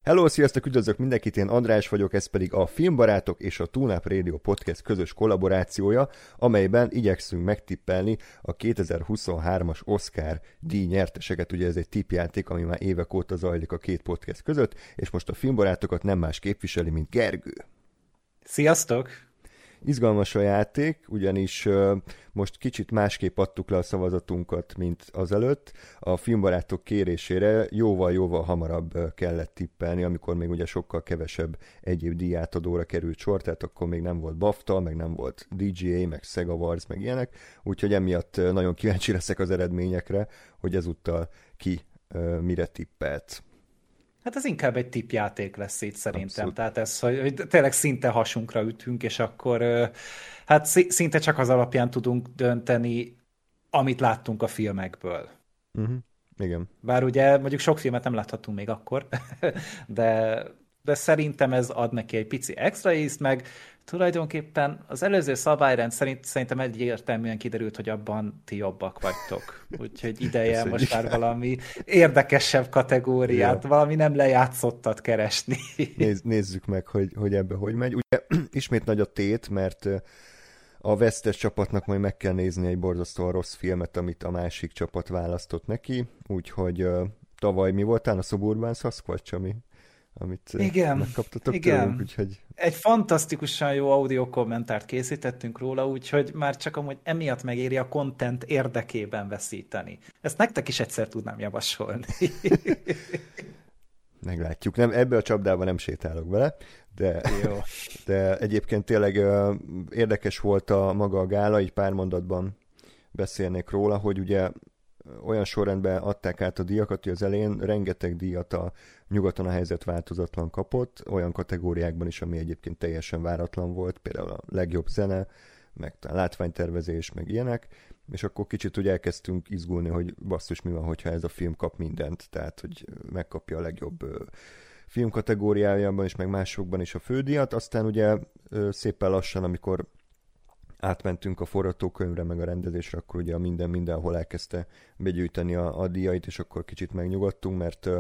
Hello, sziasztok, üdvözlök mindenkit, én András vagyok, ez pedig a Filmbarátok és a Tuneup Radio Podcast közös kollaborációja, amelyben igyekszünk megtippelni a 2023-as Oscar díj nyerteseket. Ugye ez egy tippjáték, ami már évek óta zajlik a két podcast között, és most a Filmbarátokat nem más képviseli, mint Gergő. Sziasztok! Izgalmas a játék, ugyanis most kicsit másképp adtuk le a szavazatunkat, mint azelőtt. A Filmbarátok kérésére jóval hamarabb kellett tippelni, amikor még ugye sokkal kevesebb egyéb díjátadóra került sor, tehát akkor még nem volt BAFTA, meg nem volt DGA, meg SAG Awards, meg ilyenek, úgyhogy emiatt nagyon kíváncsi leszek az eredményekre, hogy ezúttal ki mire tippelt. Hát ez inkább egy tippjáték lesz itt szerintem. Abszolút. Tehát ez, hogy tényleg szinte hasunkra ütünk, és akkor hát szinte csak az alapján tudunk dönteni, amit láttunk a filmekből. Igen. Bár ugye mondjuk sok filmet nem láthatunk még akkor, de szerintem ez ad neki egy pici extra ízt, meg tulajdonképpen az előző szabályrend szerintem egyértelműen kiderült, hogy abban ti jobbak vagytok. Úgyhogy ideje most már valami érdekesebb kategóriát, valami nem lejátszottat keresni. Nézzük meg, hogy ebbe hogy megy. Ugye ismét nagy a tét, mert a vesztes csapatnak majd meg kell nézni egy borzasztóan rossz filmet, amit a másik csapat választott neki, úgyhogy tavaly mi voltál a Suburban Sasquatch, amit megkaptatok tőlünk, úgyhogy... Egy fantasztikusan jó audio kommentárt készítettünk róla, úgyhogy már csak amúgy emiatt megéri a content érdekében veszíteni. Ezt nektek is egyszer tudnám javasolni. Meglátjuk. Nem, ebbe a csapdába nem sétálok bele, de egyébként tényleg érdekes volt a maga a gála, így pár mondatban beszélnék róla, hogy ugye olyan sorrendben adták át a díjakat, hogy az elején rengeteg díjat a Nyugaton a helyzet változatlan kapott, olyan kategóriákban is, ami egyébként teljesen váratlan volt, például a legjobb zene, meg a látványtervezés, meg ilyenek, és akkor kicsit úgy elkezdtünk izgulni, hogy basszus, mi van, hogyha ez a film kap mindent, tehát, hogy megkapja a legjobb film kategóriájában is, meg másokban is a fődíjat, aztán ugye szépen lassan, amikor átmentünk a forgatókönyvre, meg a rendezésre, akkor ugye a mindenhol elkezdte begyűjteni a díjait, és akkor kicsit megnyugodtunk,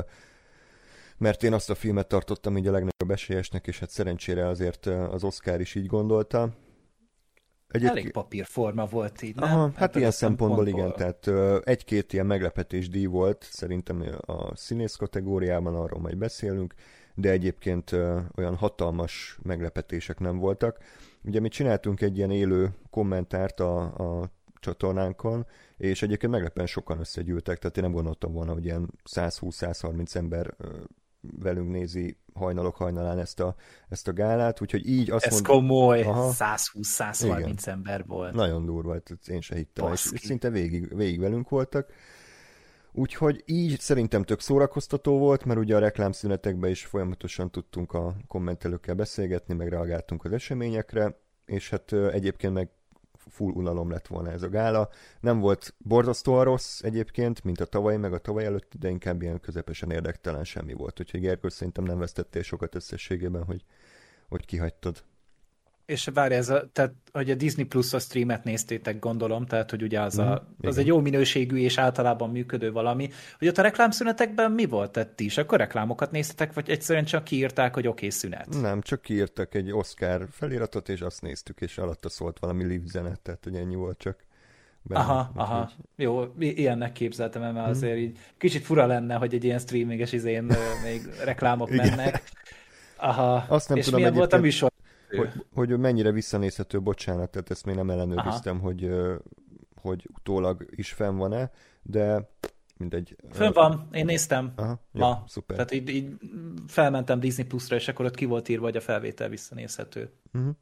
mert én azt a filmet tartottam így a legnagyobb esélyesnek, és hát szerencsére azért az Oscar is így gondolta. Elég papírforma volt így, nem? Aha, hát ilyen szempontból igen, tehát egy-két ilyen meglepetés díj volt, szerintem a színész kategóriában, arról majd beszélünk, de egyébként olyan hatalmas meglepetések nem voltak. Ugye mi csináltunk egy ilyen élő kommentárt a csatornánkon, és egyébként meglepően sokan összegyűltek, tehát én nem gondoltam volna, hogy ilyen 120-130 ember velünk nézi hajnalok hajnalán ezt a gálát, úgyhogy így azt mondom... Ez komoly, 120-130 ember volt. Nagyon durva, én se hittem, és szinte végig velünk voltak. Úgyhogy így szerintem tök szórakoztató volt, mert ugye a reklámszünetekben is folyamatosan tudtunk a kommentelőkkel beszélgetni, meg reagáltunk az eseményekre, és hát egyébként meg full unalom lett volna ez a gála. Nem volt borzasztóan rossz egyébként, mint a tavaly, meg a tavaly előtt, de inkább ilyen közepesen érdektelen semmi volt. Úgyhogy Gergő, szerintem nem vesztettél sokat összességében, hogy kihagytad. És várj, tehát, hogy a Disney Plus-os streamet néztétek, gondolom, tehát, hogy ugye az egy jó minőségű és általában működő valami. Hogy ott a reklámszünetekben mi volt? Tehát ti is akkor reklámokat néztetek, vagy egyszerűen csak kiírták, hogy oké, szünet? Nem, csak kiírtak egy Oscar feliratot, és azt néztük, és alatta szólt valami live zenet, tehát, hogy ennyi volt csak. Aha. Jó, ilyennek képzeltem, mert azért így kicsit fura lenne, hogy egy ilyen streaminges izén még reklámok mennek. Aha, azt nem és tudom, milyen volt a műsor? Hogy mennyire visszanézhető, bocsánat, tehát ezt még nem ellenőriztem, hogy utólag is fenn van-e, de mindegy. Fönn van, én néztem ma. Szuper. Tehát így felmentem Disney Plus-ra, és akkor ott ki volt írva, hogy a felvétel visszanézhető.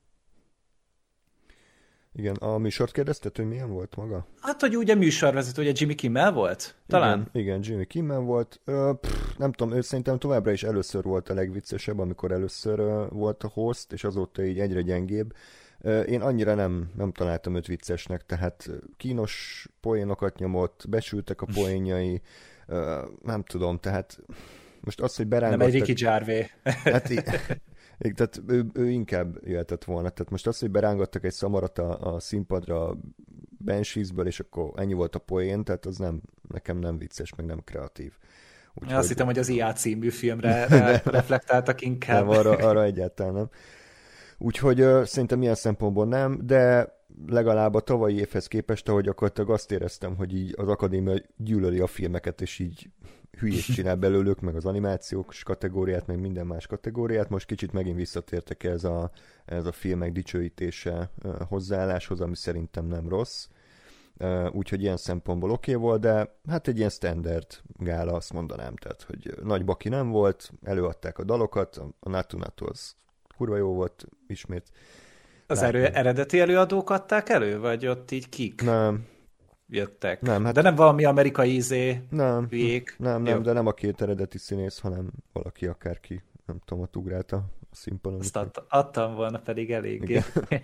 Igen, a műsort kérdezted, hogy milyen volt maga? Hát, hogy ugye műsorvezető, ugye Jimmy Kimmel volt? Talán? Igen, Jimmy Kimmel volt. Nem tudom, ő szerintem továbbra is először volt a legviccesebb, amikor először volt a host, és azóta így egyre gyengébb. Én annyira nem találtam őt viccesnek, tehát kínos poénokat nyomott, besültek a poénjai, nem tudom, tehát most az, hogy berángattak... Nem egy Ricky Gervais. Hát tehát ő inkább jöhetett volna. Tehát most az, hogy berángattak egy szamarat a színpadra Bansheesből, és akkor ennyi volt a poén, tehát az nekem nem vicces, meg nem kreatív. Úgyhogy... Azt hittem, hogy az IA című filmre reflektáltak inkább. Nem, arra egyáltalán nem. Úgyhogy szerintem ilyen szempontból nem, de legalább a tavalyi évhez képest, ahogy gyakorlatilag azt éreztem, hogy így az akadémia gyűlöli a filmeket, és így hülyést csinál belőlük, meg az animációs kategóriát, meg minden más kategóriát. Most kicsit megint visszatértek ez a filmek dicsőítése hozzáálláshoz, ami szerintem nem rossz. Úgyhogy ilyen szempontból oké volt, de hát egy ilyen standard gála, azt mondanám, tehát, hogy nagy baki nem volt, előadták a dalokat, a Natu Natu az kurva jó volt ismét. Az eredeti előadók adták elő, vagy ott így kik? Nem. Jöttek. Nem, hát... De nem valami amerikai nem, hülyék? Nem, de nem a két eredeti színész, hanem valaki akárki, nem tudom, ott ugrálta a színpadon. Azt adtam volna pedig eléggé.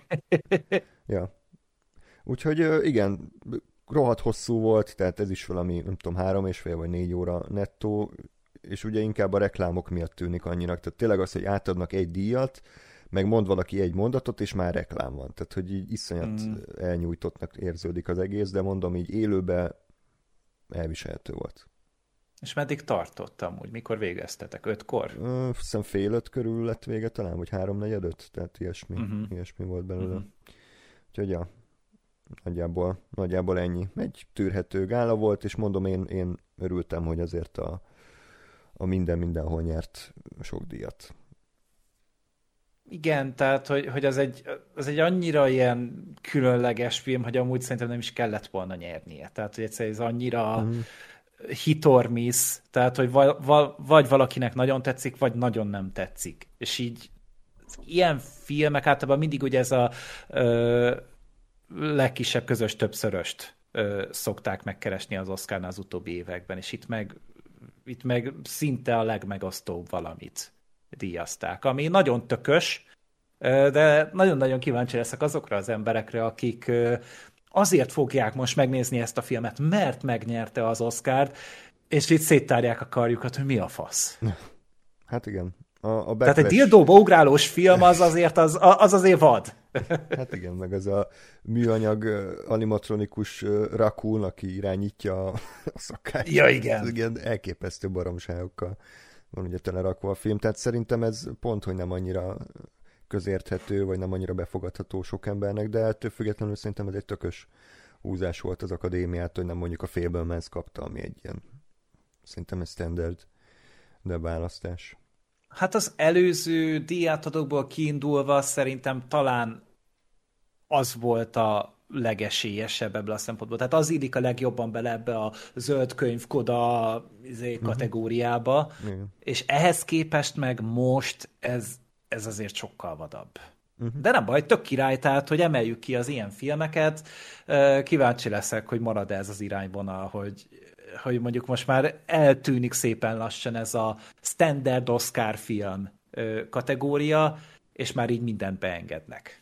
Ja. Úgyhogy igen, rohadt hosszú volt, tehát ez is valami, nem tudom, 3,5 vagy 4 óra nettó, és ugye inkább a reklámok miatt tűnik annyinak. Tehát tényleg az, hogy átadnak egy díjat, meg mond valaki egy mondatot, és már reklám van. Tehát, hogy így iszonyat elnyújtottnak érződik az egész, de mondom, így élőben elviselhető volt. És meddig tartott amúgy? Mikor végeztetek? 5-kor? Hiszem 4:30 körül lett vége talán, vagy 3:45, tehát ilyesmi volt belőle. Úgyhogy ja, nagyjából ennyi. Egy tűrhető gála volt, és mondom, én örültem, hogy azért a mindenhol nyert sok díjat. Igen, tehát, hogy az egy annyira ilyen különleges film, hogy amúgy szerintem nem is kellett volna nyernie. Tehát, hogy egyszerűen ez annyira hit or miss, tehát, hogy vagy valakinek nagyon tetszik, vagy nagyon nem tetszik. És így ilyen filmek általában mindig ugye ez a legkisebb közös többszöröst szokták megkeresni az Oscarnál az utóbbi években, és itt meg szinte a legmegosztóbb valamit díjazták, ami nagyon tökös, de nagyon-nagyon kíváncsi leszek azokra az emberekre, akik azért fogják most megnézni ezt a filmet, mert megnyerte az Oscart, és itt széttárják a karjukat, hogy mi a fasz. Hát igen. Tehát egy dildóba ugrálós film az azért vad. Hát igen, meg az a műanyag animatronikus rakún, aki irányítja a szakályt. Ja, igen. Igen, elképesztő baromságokkal van ugye telerakva a film, tehát szerintem ez pont, hogy nem annyira közérthető, vagy nem annyira befogadható sok embernek, de ettől függetlenül szerintem ez egy tökös húzás volt az akadémiát, hogy nem mondjuk a Fabelmans kapta, ami egy ilyen, szerintem ez standard, de választás. Hát az előző díjátadókból kiindulva szerintem talán az volt a legesélyesebb ebből a szempontból. Tehát az illik a legjobban bele ebbe a zöld könyvkoda kategóriába, és ehhez képest meg most ez azért sokkal vadabb. De nem baj, tök király, tehát, hogy emeljük ki az ilyen filmeket. Kíváncsi leszek, hogy marad ez az irányvonal, hogy mondjuk most már eltűnik szépen lassan ez a standard Oscar film kategória, és már így mindent beengednek.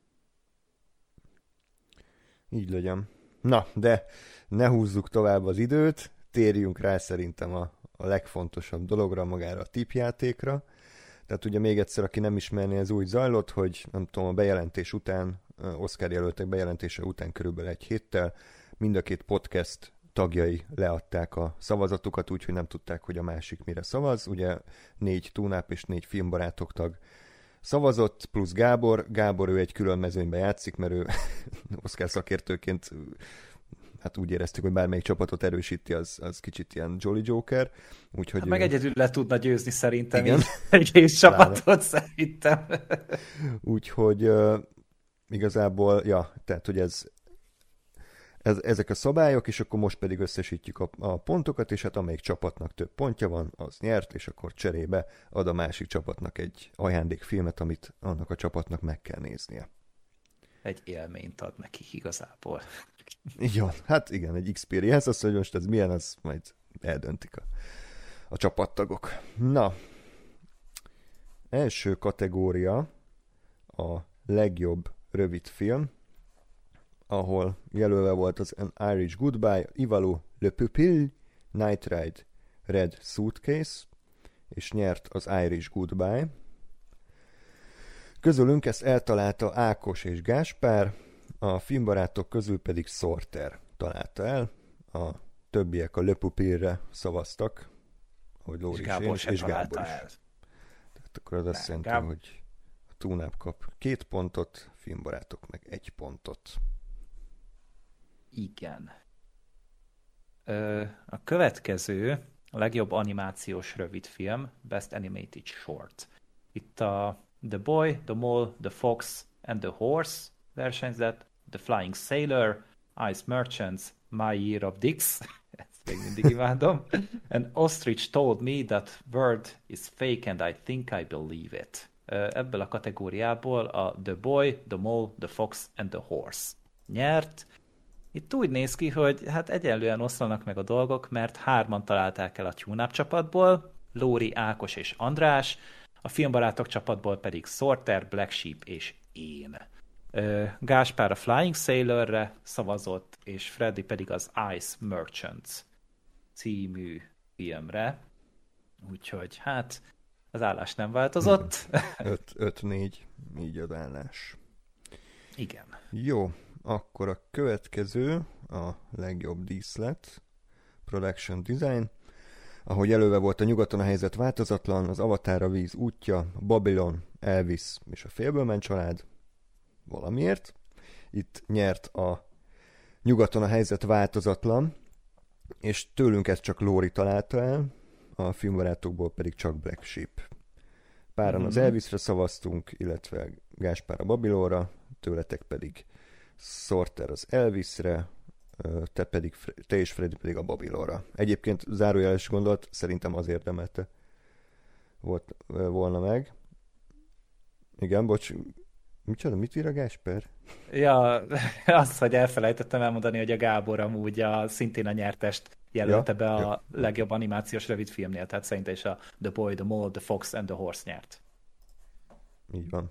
Így legyen. Na, de ne húzzuk tovább az időt, térjünk rá szerintem a legfontosabb dologra, magára a tippjátékra. Tehát ugye még egyszer, aki nem ismerné, ez úgy zajlott, hogy nem tudom, a bejelentés után, Oscar jelöltek bejelentése után körülbelül egy héttel mind a két podcast tagjai leadták a szavazatukat, úgyhogy nem tudták, hogy a másik mire szavaz. Ugye 4 túnáp és 4 filmbarátok tag szavazott, plusz Gábor ő egy külön mezőnyben játszik, mert ő Oscar szakértőként hát úgy éreztük, hogy bármelyik csapatot erősíti, az kicsit ilyen Jolly Joker. Úgyhogy hát meg egyedül le tudna győzni szerintem. Igen. Egész csapatot szerintem. Úgyhogy igazából, ja, tehát hogy ezek a szabályok, és akkor most pedig összesítjük a pontokat, és hát amelyik csapatnak több pontja van, az nyert, és akkor cserébe ad a másik csapatnak egy ajándékfilmet, amit annak a csapatnak meg kell néznie. Egy élményt ad neki igazából. Így van, hát igen, egy experience, azt, hogy most ez milyen, az majd eldöntik a csapattagok. Na, első kategória a legjobb rövid film, ahol jelölve volt az An Irish Goodbye, Ivalu, Le Pupille, Night Ride, Red Suitcase, és nyert az Irish Goodbye. Közülünk ezt eltalálta Ákos és Gáspár, a filmbarátok közül pedig Sorter találta el, a többiek a Le Pupille-re szavaztak. hogy Lóri és Gábor és Gábor is. el. Tehát akkor az azt jelenti, hogy a Túnáp kap 2 pontot, Filmbarátok meg 1 pontot. Igen. A következő a legjobb animációs rövidfilm, Best Animated Short. Itt a The Boy, The Mole, The Fox and the Horse versenyzett, The Flying Sailor, Ice Merchants, My Year of Dicks, ezt még mindig imádom, and Ostrich Told Me That Word is Fake and I Think I Believe It. Ebből a kategóriából a The Boy, The Mole, The Fox and the Horse nyert. Itt úgy néz ki, hogy hát egyenlően oszlanak meg a dolgok, mert 3-an találták el a TuneUp csapatból, Lóri, Ákos és András, a Filmbarátok csapatból pedig Sorter, Black Sheep és én. Gáspár a Flying Sailorre szavazott, és Freddy pedig az Ice Merchants című filmre. Úgyhogy hát az állás nem változott. 5-4, így az állás. Igen. Jó, akkor a következő a legjobb díszlet, Production Design. Ahogy előve volt a Nyugaton a helyzet változatlan, az Avatar a víz útja, Babylon, Elvis és a Félből család valamiért. Itt nyert a Nyugaton a helyzet változatlan, és tőlünk ezt csak Lóri találta el, a Filmbarátokból pedig csak Black Sheep. Páran az Elvisre szavaztunk, illetve Gáspár a Babylonra, tőletek pedig Sorter az Elvisre, te és Freddy pedig a Babylonra. Egyébként zárójeles gondolat, szerintem az érdemelte volna meg. Igen, bocs, mit ír a Gáspár? Ja, azt, hogy elfelejtettem elmondani, hogy a Gábor amúgy szintén a nyertest jelölte be a legjobb animációs rövidfilmnél, tehát szerintem is a The Boy, The Mole, The Fox and the Horse nyert. Így van.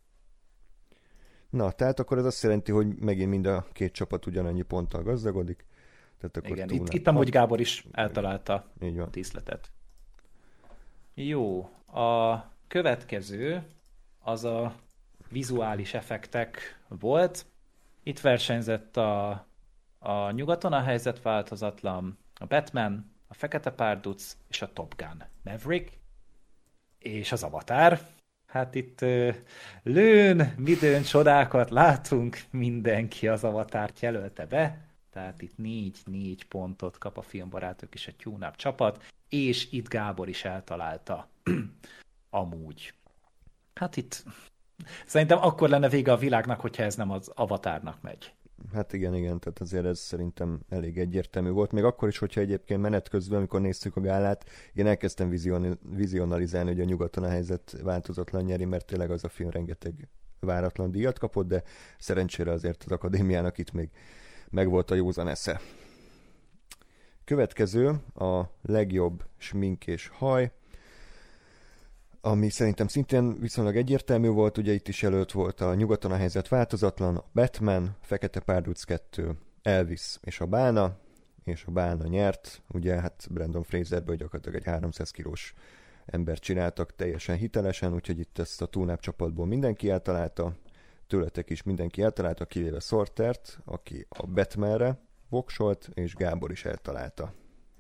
Na, tehát akkor ez azt jelenti, hogy megint mind a 2 csapat ugyanannyi ponttal gazdagodik. Tehát akkor igen, itt amúgy Gábor is eltalálta a díszletet. Jó, a következő az a vizuális effektek volt. Itt versenyzett a Nyugaton a helyzet változatlan, a Batman, a Fekete Párduc és a Top Gun Maverick és az Avatar. Hát itt lőn, midőn csodákat látunk, mindenki az Avatárt jelölte be, tehát itt 4 pontot kap a Filmbarátok és a TuneUp csapat, és itt Gábor is eltalálta amúgy. Hát itt szerintem akkor lenne vége a világnak, hogyha ez nem az Avatárnak megy. Hát igen, tehát azért ez szerintem elég egyértelmű volt. Még akkor is, hogyha egyébként menet közben, amikor néztük a gálát, én elkezdtem vizionalizálni, hogy a Nyugaton a helyzet változatlan nyeri, mert tényleg az a film rengeteg váratlan díjat kapott, de szerencsére azért az akadémiának itt még megvolt a józan esze. Következő a legjobb smink és haj, ami szerintem szintén viszonylag egyértelmű volt, ugye itt is jelölt volt a Nyugaton a helyzet változatlan, a Batman, Fekete Párduc 2, Elvis és a Bálna nyert, ugye hát Brandon Fraserből gyakorlatilag egy 300 kilós embert csináltak teljesen hitelesen, úgyhogy itt ezt a TuneUp csapatból mindenki eltalálta, tőletek is mindenki eltalálta, kivéve Sortert, aki a Batmanre voksolt, és Gábor is eltalálta.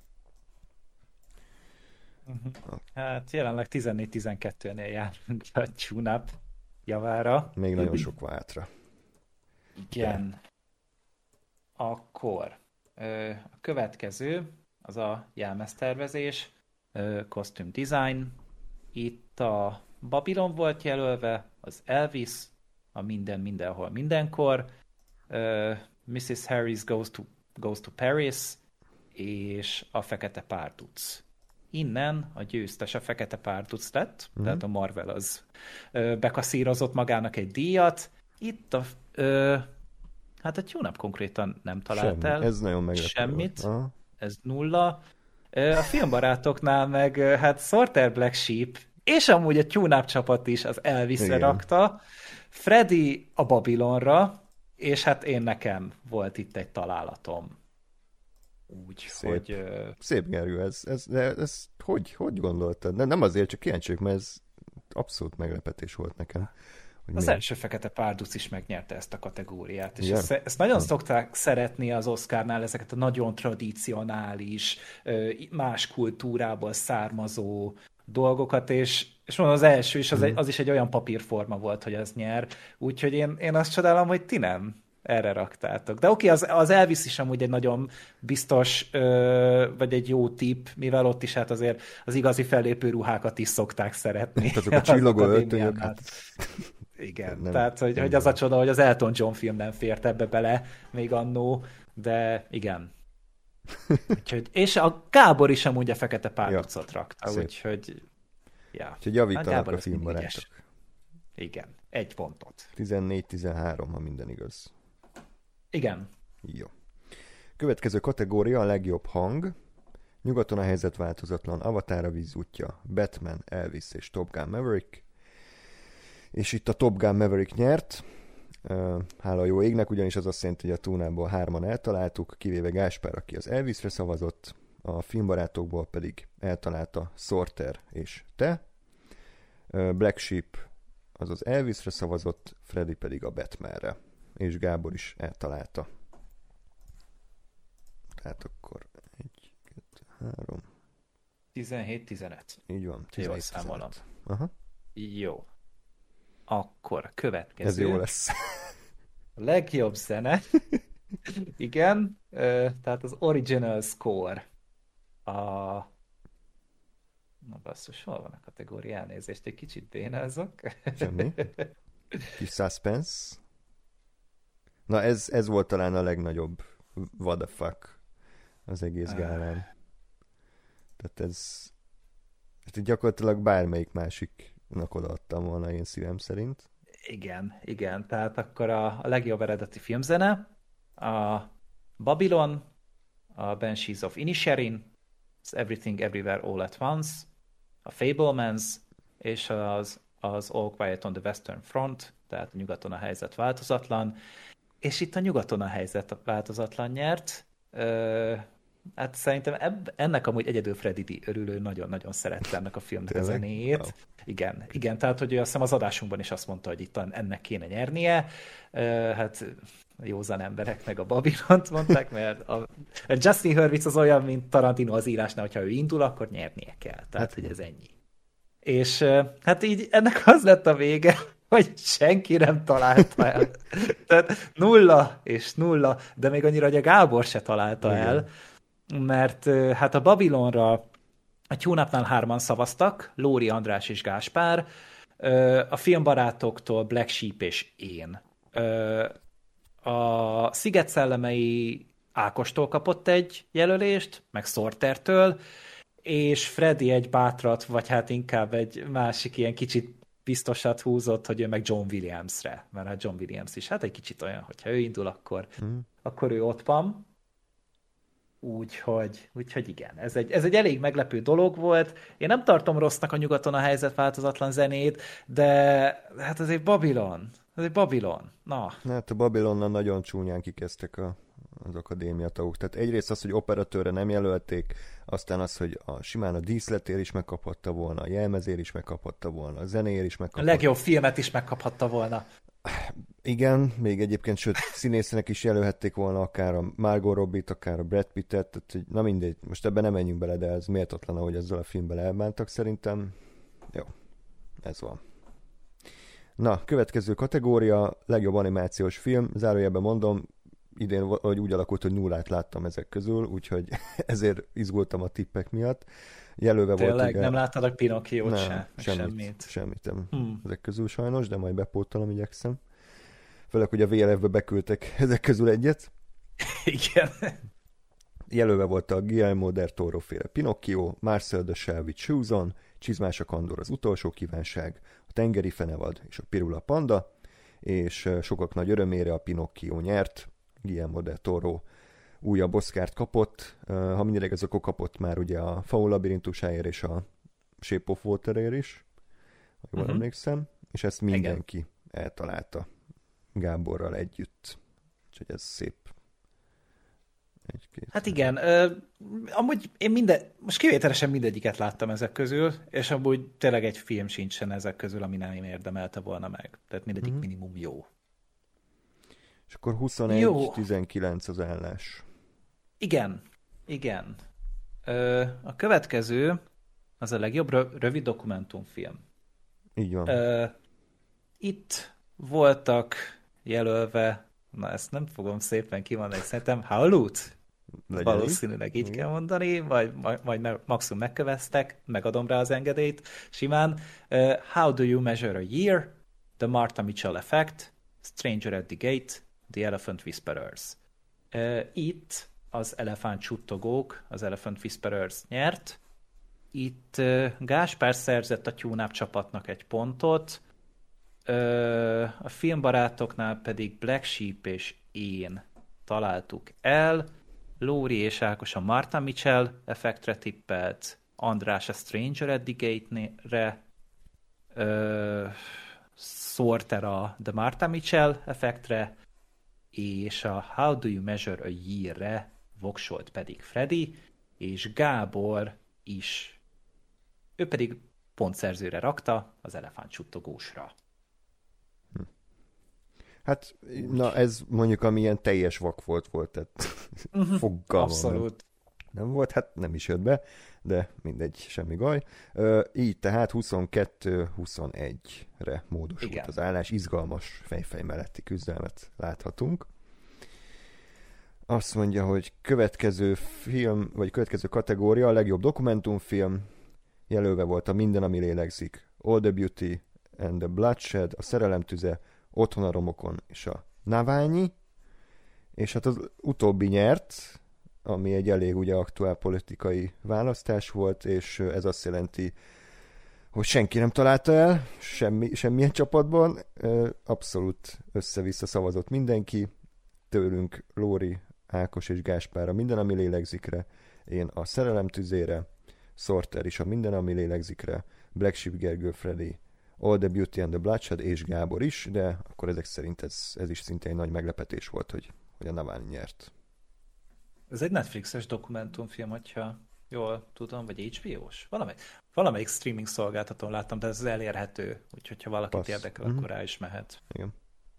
Hát jelenleg 14-12-nél járunk a TuneUp javára. Még nagyon sok váltra. Igen. De. Akkor a következő az a jelmeztervezés, costume design. Itt a Babylon volt jelölve, az Elvis, a Minden, Mindenhol, Mindenkor, Mrs. Harris Goes to Paris, és a Fekete Párduc. Innen a győztes a Fekete Párduc lett, tehát a Marvel az bekaszírozott magának egy díjat. Itt hát a TuneUp konkrétan nem talált el. Ez nagyon meglepő semmit. Ez 0. A Filmbarátoknál meg hát Sorter, Black Sheep, és amúgy a TuneUp csapat is az Elvisre rakta, Freddy a Babylonra, és hát én nekem volt itt egy találatom. Úgy, szép. Hogy... Szép, Gergő, ez hogy gondoltad? Nem azért, csak kíváncsi, mert ez abszolút meglepetés volt nekem, Az első Fekete Párduc is megnyerte ezt a kategóriát, és Igen? ezt nagyon szokták szeretni az Oscarnál, ezeket a nagyon tradicionális, más kultúrából származó dolgokat, és mondom, az első is, az is egy olyan papírforma volt, hogy az nyer, úgyhogy én azt csodálom, hogy ti nem erre raktátok. De oké, az Elvis is amúgy egy nagyon biztos, vagy egy jó tipp, mivel ott is hát azért az igazi fellépő ruhákat is szokták szeretni. Azok a csillogó öltönyök. Hát... Igen, nem, tehát hogy az a csoda, hogy az Elton John film nem fért ebbe bele még annó, de igen. Úgyhogy, és a Gábor is amúgy a Fekete Párducot rakta, úgyhogy ja. Úgyhogy javítanak a filmbarátok. Igen, 1 pontot. 14-13, ha minden igaz. Igen. Jó. Következő kategória a legjobb hang. Nyugaton a helyzet változatlan, Avatar a víz útja, Batman, Elvis és Top Gun Maverick. És itt a Top Gun Maverick nyert, hála a jó égnek, ugyanis az azt jelenti, hogy a túnából 3-an eltaláltuk, kivéve Gáspár, aki az Elvisre szavazott, a filmbarátokból pedig eltalálta Sorter és te. Black Sheep az az Elvisre szavazott, Freddy pedig a Batmanre, és Gábor is eltalálta. Tehát akkor 1, 2, 3... 17-15. Így van. Jól számolom. Aha. Jó. Akkor következő. Ez jó lesz. A legjobb zene. Igen. Tehát az original score. Na basszus, hol van a kategória? Elnézést, egy kicsit bénázok. Semmi. Kis suspense. Na ez volt talán a legnagyobb what the fuck az egész gálán. Tehát ez gyakorlatilag bármelyik másiknak odaadtam volna én szívem szerint. Igen. Tehát akkor a legjobb eredeti filmzene, a Babylon, a Banshees of Inisherin, az Everything Everywhere All at Once, a Fablemans, és az All Quiet on the Western Front, tehát a nyugaton a helyzet változatlan, és itt a nyugaton a helyzet változatlan nyert. Hát szerintem ennek amúgy egyedül Freddy D. örülő, nagyon-nagyon szerette ennek a filmnek a zenéjét. Wow. Igen, tehát hogy azt hiszem az adásunkban is azt mondta, hogy itt ennek kéne nyernie. Hát józan emberek meg a Babylont mondták, mert a Justin Hurwitz az olyan, mint Tarantino az írásnál, hogyha ő indul, akkor nyernie kell. Tehát, hogy ez ennyi. És hát így ennek az lett a vége, hogy senki nem találta el. Tehát 0 és 0, de még annyira, hogy a Gábor se találta el, mert hát a Babylonra egy hónapnál 3-an szavaztak, Lóri, András és Gáspár, a filmbarátoktól Black Sheep és én. A Sziget szellemei Ákostól kapott egy jelölést, meg Sortertől, és Freddy egy bátrat, vagy hát inkább egy másik ilyen kicsit biztosat húzott, hogy ő meg John Williamsre, mert hát John Williams is hát egy kicsit olyan, hogyha ő indul, akkor ő ott van. Úgyhogy igen, ez egy elég meglepő dolog volt. Én nem tartom rossznak a nyugaton a helyzet változatlan zenét, de hát ez egy Babylon. Ez egy Babylon. Na. Hát a Babylonnal nagyon csúnyán kikezdtek az akadémia tagok. Tehát egyrészt az, hogy operatőrre nem jelölték, aztán az, hogy simán a díszletért is megkaphatta volna, a jelmezért is megkaphatta volna, a zenéért is megkaphatta. A legjobb filmet is megkaphatta volna. Igen, még egyébként, sőt, színésznek is jelölhették volna akár a Margot Robbie-t, akár a Brad Pittet, tehát na mindegy, most ebben nem menjünk bele, de ez méltatlan, ahogy ezzel a filmben elbántak szerintem. Jó, ez van. Na, következő kategória, legjobb animációs film, zárójelben mondom, idén úgy alakult, hogy 0-át láttam ezek közül, úgyhogy ezért izgultam a tippek miatt. Jelölve tényleg, volt, nem láttad a Pinocchiót se? Semmit ezek közül sajnos, de majd bepótolom, igyekszem. Főleg, hogy a VLF-be beküldtek ezek közül egyet. Igen. Jelölve volt a Guillermo del Toro féle Pinocchio, Marcel the Shell with Shoes On, Csizmás a Kandor az utolsó kívánság, a Tengeri fenevad és a Pirula panda, és sokak nagy örömére a Pinocchio nyert, Guillermo del Toro újabb Oscart kapott, ha minden igaz, akkor kapott már ugye a Faun labirintusáért és a Shape of Waterért is, ha jól emlékszem, és ezt mindenki eltalálta Gáborral együtt. Úgyhogy ez szép. Hát igen, amúgy én most kivételesen mindegyiket láttam ezek közül, és amúgy tényleg egy film sincsen ezek közül, ami nem érdemelte volna meg. Tehát mindegyik minimum jó. És akkor 21-19 az állás. Igen. A következő az a legjobb rövid dokumentumfilm. Így van. Itt voltak jelölve, na ezt nem fogom szépen kimondani, szerintem Howlut. Valószínűleg így kell mondani, vagy maximum megköveztek, megadom rá az engedélyt simán. How do you measure a year? The Martha Mitchell Effect, Stranger at the Gate, The Elephant Whisperers. Itt az elefántsuttogók, az Elephant Whisperers nyert. Itt Gáspár szerzett a Tune-Up csapatnak egy pontot, a filmbarátoknál pedig Black Sheep és én találtuk el, Lóri és Ákos a Martha Mitchell effektre tippelt, András a Stranger at the Gate-re, Sorter a The Martha Mitchell effektre, és a How do you measure a year-re voksolt pedig Freddy, és Gábor is. Ő pedig pontszerzőre rakta az elefántsuttogósra. Hát, na ez mondjuk amilyen teljes vak volt, tehát fogalmam. Abszolút. Nem volt, hát nem is jött be, de mindegy, semmi baj. Így tehát 22-21-re módosult igen. Az állás, izgalmas fejfej melletti küzdelmet láthatunk. Azt mondja, hogy következő film, vagy következő kategória a legjobb dokumentumfilm, jelölve volt a Minden, ami lélegzik, All the Beauty and the Bloodshed, a Szerelem tüze, Otthon a romokon és a Navalnyi, és hát az utóbbi nyert, ami egy elég ugye aktuál politikai választás volt, és ez azt jelenti, hogy senki nem találta el, semmilyen csapatban, abszolút össze-vissza szavazott mindenki, tőlünk Lóri, Ákos és Gáspár a Minden, ami lélegzikre, én a Szerelem tüzére, Sorter is a Minden, ami lélegzikre, Black Sheep Gergő, Freddy, All the Beauty and the Bloodshed és Gábor is, de akkor ezek szerint ez is szintén egy nagy meglepetés volt, hogy a Navalnyi nyert. Ez egy Netflixes dokumentumfilm, hogyha jól tudom, vagy HBO-s? Valamelyik streaming szolgáltatón láttam, de ez elérhető, úgyhogy ha valakit érdekel, akkor rá is mehet. Igen.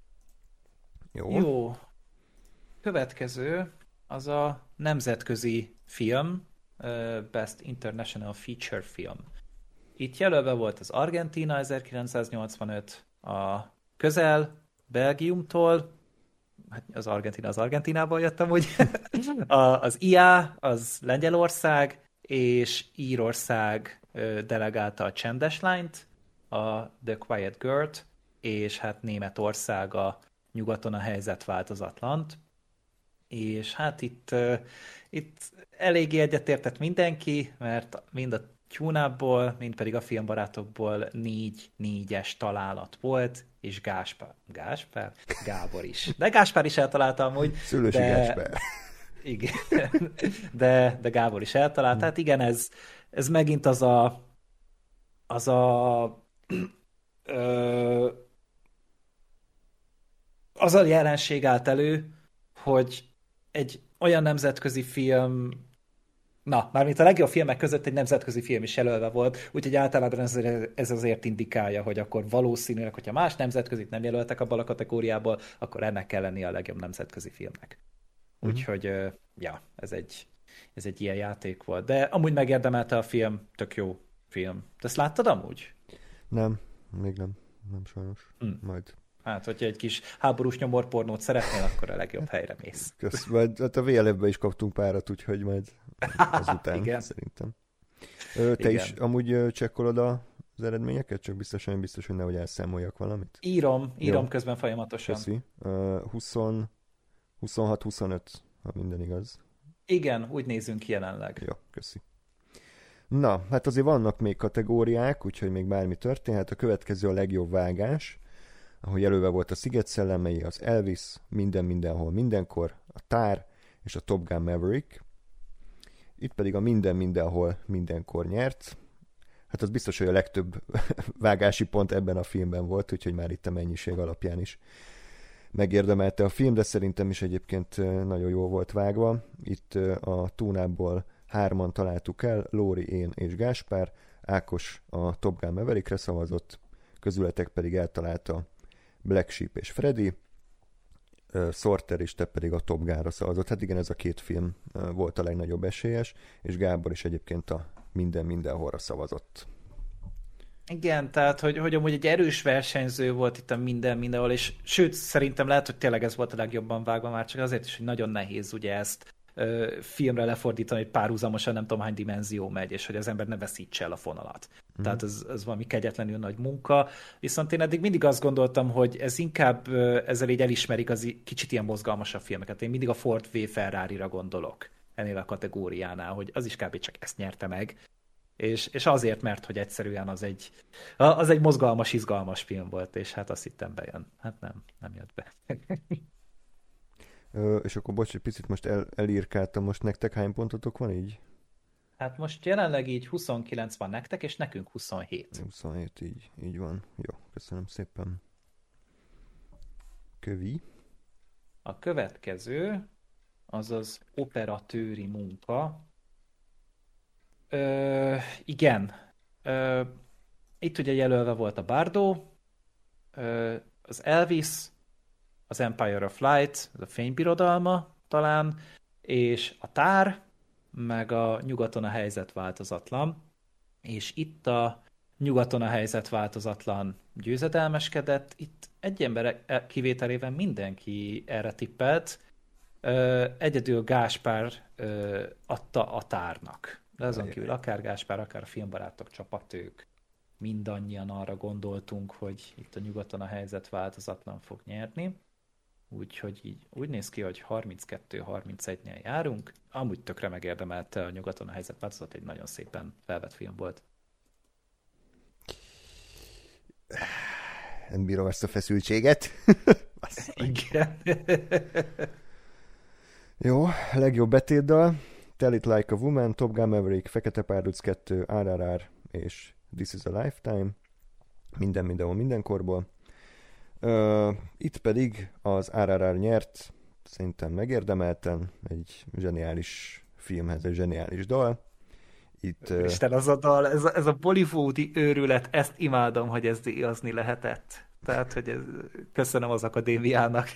Jó. Következő az a nemzetközi film, Best International Feature Film. Itt jelölve volt az Argentína 1985, a közel Belgiumtól, hát az Argentínából jöttem, úgy, az IA, az Lengyelország, és Írország delegálta a Csendes lányt, a The Quiet Girl-t, és hát Németország a Nyugaton a helyzet változatlant. És hát itt eléggé egyetértett mindenki, mert mind a Tune-Upból, mind pedig a filmbarátokból 4-4-es találat volt, és Gábor is. De Gáspár is eltalálta amúgy. Szülősi Gáspár. Igen, de Gábor is eltalált. Tehát igen, ez megint az a jelenség állt elő, hogy egy olyan nemzetközi film, mármint a legjobb filmek között egy nemzetközi film is jelölve volt, úgyhogy általában ez azért indikálja, hogy akkor valószínűleg, hogyha más nemzetközit nem jelöltek abban a kategóriából, akkor ennek kell lennie a legjobb nemzetközi filmnek. Úgyhogy, ez egy ilyen játék volt. De amúgy megérdemelte a film, tök jó film. Te ezt láttad amúgy? Nem, még nem sajnos. Majd. Hát, hogyha egy kis háborús nyomorpornót szeretnél, akkor a legjobb helyre mész. Köszönöm. Hát a VLF-be is kaptunk párat, úgyhogy majd azután igen. Szerintem. Te is amúgy csekkolod az eredményeket? Csak biztos, hogy nehogy elszámoljak valamit. Írom közben folyamatosan. Köszi. 26-25, ha minden igaz. Igen, úgy nézünk ki jelenleg. Jó, köszi. Na, hát azért vannak még kategóriák, úgyhogy még bármi történhet. A következő a legjobb vágás, ahogy előve volt a Sziget szellemei, az Elvis, Minden mindenhol mindenkor, a Tár és a Top Gun Maverick. Itt pedig a Minden mindenhol mindenkor nyert. Hát az biztos, hogy a legtöbb vágási pont ebben a filmben volt, úgyhogy már itt a mennyiség alapján is megérdemelte a film, de szerintem is egyébként nagyon jól volt vágva. Itt a túnából 3-an találtuk el, Lóri, én és Gáspár. Ákos a Top Gun Maverickre szavazott, közületek pedig eltalálta Black Sheep és Freddy, Sorter és te pedig a Top Gunra szavazott. Hát igen, ez a két film volt a legnagyobb esélyes, és Gábor is egyébként a mindenholra szavazott. Igen, tehát, hogy amúgy egy erős versenyző volt itt a mindenhol, és sőt, szerintem lehet, hogy tényleg ez volt a legjobban vágva már, csak azért is, hogy nagyon nehéz ugye ezt filmre lefordítani, hogy párhuzamosan nem tudom hány dimenzió megy, és hogy az ember ne veszítse el a fonalat. Tehát ez valami kegyetlenül nagy munka. Viszont én eddig mindig azt gondoltam, hogy ez inkább ezzel így elismerik az kicsit ilyen mozgalmasabb filmeket. Én mindig a Ford v Ferrari-ra gondolok ennél a kategóriánál, hogy az is kb. Csak ezt nyerte meg. És azért, mert hogy egyszerűen az egy mozgalmas, izgalmas film volt, és hát azt hittem bejön. Hát nem jött be. És akkor bocs, egy picit most elírkáltam, most nektek hány pontotok van így? Hát most jelenleg így 29 van nektek, és nekünk 27. 27, így van. Jó, köszönöm szépen. Kövi. A következő, az az operatőri munka. Igen. Itt ugye jelölve volt a Bardo, az Elvis, az Empire of Light, az a Fénybirodalma talán, és a Tár, meg a Nyugaton a helyzet változatlan. És itt a Nyugaton a helyzet változatlan győzedelmeskedett. Itt egy ember kivételével mindenki erre tippelt. Egyedül Gáspár adta a Tárnak. De azon kívül akár Gáspár, akár a Filmbarátok csapatők, mindannyian arra gondoltunk, hogy itt a Nyugaton a helyzet változatlan fog nyerni. Úgyhogy így úgy néz ki, hogy 32-31-nél járunk. Amúgy tökre megérdemelte a Nyugaton a helyzet változat, egy nagyon szépen felvett film volt. Nem bírom ezt a feszültséget. Igen. Jó, legjobb betétdal. Tell It Like a Woman, Top Gun Maverick, Fekete Párduc 2, RRR és This is a Lifetime. Mindenhol, mindenkorból. Itt pedig az RRR nyert, szerintem megérdemelten, egy zseniális filmhez, egy zseniális dal. Itt, Isten, az a dal, ez a bollywoodi őrület, ezt imádom, hogy ez díjazni lehetett. Tehát, hogy köszönöm az akadémiának.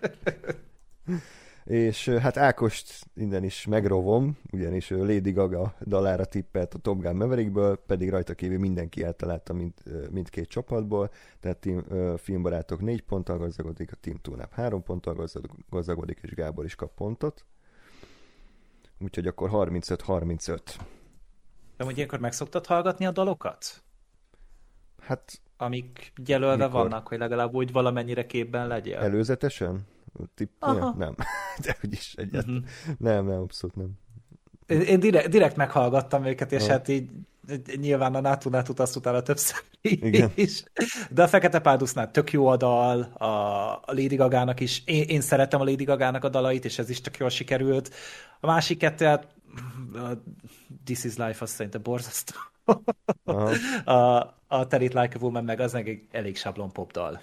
És hát Ákost innen is megrovom, ugyanis Lady Gaga dalára tippelt a Top Gun Maverickből, pedig rajta kívül mindenki eltalálta mindkét csapatból, tehát Filmbarátok 4 ponttal gazdagodik, a Team Tunap 3 ponttal gazdagodik, és Gábor is kap pontot. Úgyhogy akkor 35-35. De mondjuk ilyenkor meg szoktad hallgatni a dalokat? Hát... Amik jelölve mikor? vannak, hogy legalább úgy valamennyire képben legyél? Előzetesen? Nem. De úgyis egyáltalán. Nem, abszolút nem. Én direkt meghallgattam őket, és hát így nyilván a Nátut azt utána többször is. De a Fekete Párducnál tök jó a dal, a Lady Gagának is. Én szeretem a Lady Gagának a dalait, és ez is tök jól sikerült. A másik kettő, hát This is Life, azt szerintem borzasztó. A Tell It Like a Woman meg az egy elég sablon pop dal.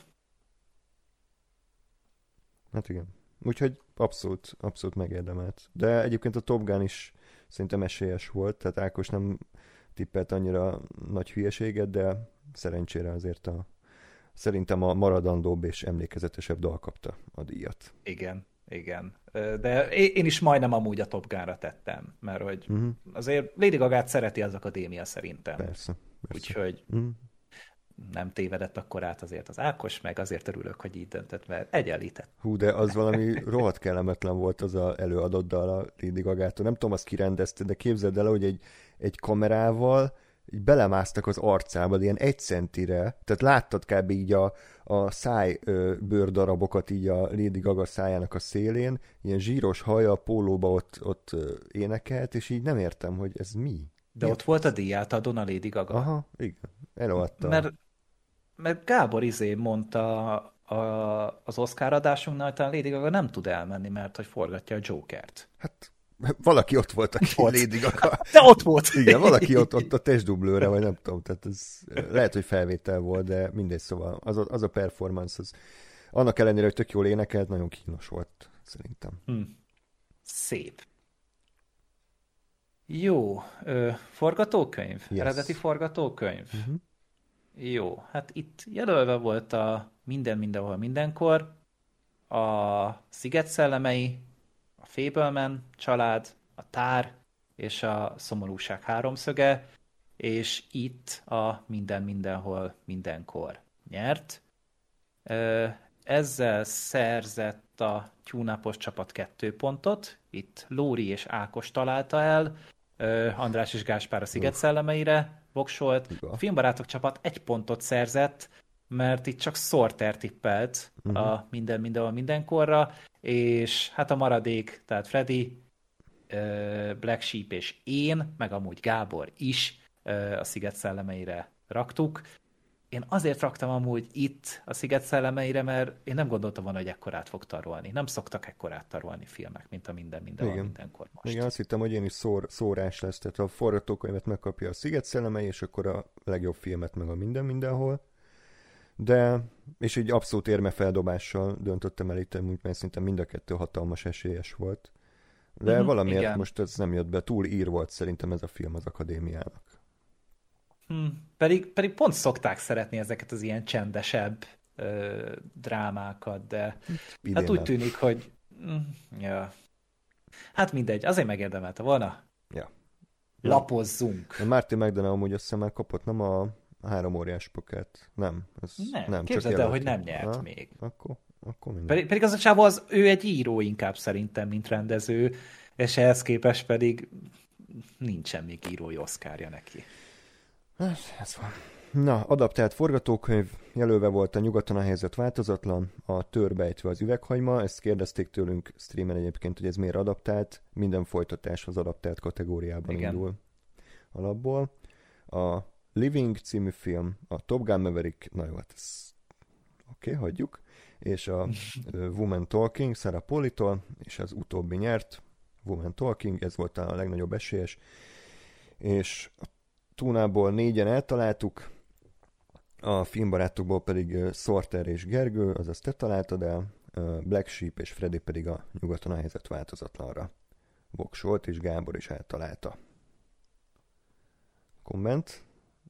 Hát igen. Úgyhogy abszolút megérdemelt. De egyébként a Top Gun is szerintem esélyes volt, tehát Ákos nem tippelt annyira nagy hülyeséget, de szerencsére azért szerintem a maradandóbb és emlékezetesebb dal kapta a díjat. Igen. De én is majdnem amúgy a Top Gunra tettem, mert hogy azért Lady Gagát szereti az akadémia szerintem. Persze. Úgyhogy nem tévedett akkor át azért az Ákos, meg azért örülök, hogy így döntött, mert egyenlített. Hú, de az valami rohadt kellemetlen volt az előadott dal a Lady Gagától. Nem tudom, azt kirendezte, de képzeld el, hogy egy kamerával így belemásztak az arcába, ilyen 1 centire, tehát láttad kb. Így a bőrdarabokat így a Lady Gaga szájának a szélén, ilyen zsíros haja, pólóba ott énekelt, és így nem értem, hogy ez mi. De ott volt a díjátadón a Lady Gaga. Aha, igen, eladta. Mert Gábor mondta az Oscar adásunknál, hogy talán Lady Gaga nem tud elmenni, mert hogy forgatja a Jokert. Hát valaki ott volt, aki Lady Gaga. De ott volt. Igen, valaki ott a testdublőre, vagy nem tudom, tehát ez lehet, hogy felvétel volt, de mindegy, szóval az a performance Annak ellenére, hogy tök jól énekelt, nagyon kínos volt, szerintem. Szép. Jó. Forgatókönyv? Yes. Eredeti forgatókönyv? Jó. Hát itt jelölve volt a Minden, mindenhol, mindenkor, a Sziget szellemei, a Fableman család, a Tár és a Szomorúság háromszöge, és itt a Minden, mindenhol, mindenkor nyert. Ezzel szerzett a TuneUp-os csapat 2 pontot, itt Lóri és Ákos találta el, András és Gáspár a Sziget szellemeire voksolt, a Filmbarátok csapat 1 pontot szerzett, mert itt csak Sorter tippelt a Minden, mindenhol, mindenkorra, és hát a maradék, tehát Freddy, Black Sheep és én, meg amúgy Gábor is a Sziget szellemeire raktuk. Én azért raktam amúgy itt a Sziget szellemeire, mert én nem gondoltam volna, hogy ekkorát fog tarolni. Nem szoktak ekkorát tarolni filmek, mint a Minden, mindenhol, mindenkor most. Igen, azt hittem, hogy én is szórás lesz, tehát a forgatókönyvet megkapja a Sziget szellemei, és akkor a legjobb filmet meg a Minden, mindenhol. De, és így abszolút érmefeldobással döntöttem el itt, mert szerintem mind a 2 hatalmas esélyes volt. De valamiért igen. Most ez nem jött be, túl ír volt szerintem ez a film az akadémiának. Pedig pont szokták szeretni ezeket az ilyen csendesebb drámákat, de hát úgy tűnik, hogy ja. Hát mindegy, azért megérdemelte volna. Ja. Lapozzunk. A Martin McDonagh amúgy azt hiszem már kapott, nem a 3 óriás pokert. Nem. Képzeld el, hogy nem nyert még. Akkor pedig az a csávó, ő egy író inkább szerintem, mint rendező, és ehhez képest pedig nincsen még írói oszkárja neki. Hát, ez van. Na, adaptált forgatókönyv, jelölve volt a Nyugaton a helyzet változatlan, a Törbejtve az üveghagyma, ezt kérdezték tőlünk streamen egyébként, hogy ez miért adaptált, minden folytatás az adaptált kategóriában indul alapból. A Living című film, a Top Gun Maverick, na jó, hát ez oké, hagyjuk, és a Woman Talking, Sarah Polley-tól, és az utóbbi nyert, Woman Talking, ez volt a legnagyobb esélyes, és a Túnából 4-en eltaláltuk, a filmbarátokból pedig Sorter és Gergő, azaz te találtad el, Black Sheep és Freddy pedig a Nyugaton a helyzet változatlanra voksolt, és Gábor is eltalálta. Komment?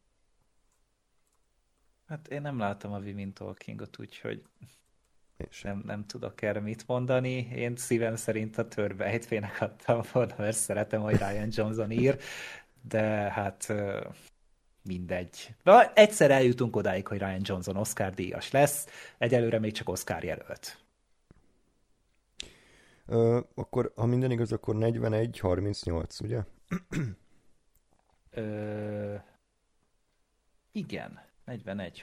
Hát én nem láttam a Women Talkingot, úgyhogy nem tudok erre mit mondani. Én szívem szerint a Törbejtvének adtam volna, mert szeretem, hogy Ryan Johnson ír, de hát mindegy. De egyszer eljutunk odáig, hogy Ryan Johnson Oscar díjas lesz, egyelőre még csak Oscar jelölt. Akkor, ha minden igaz, akkor 41-38, ugye? Igen, 41-38.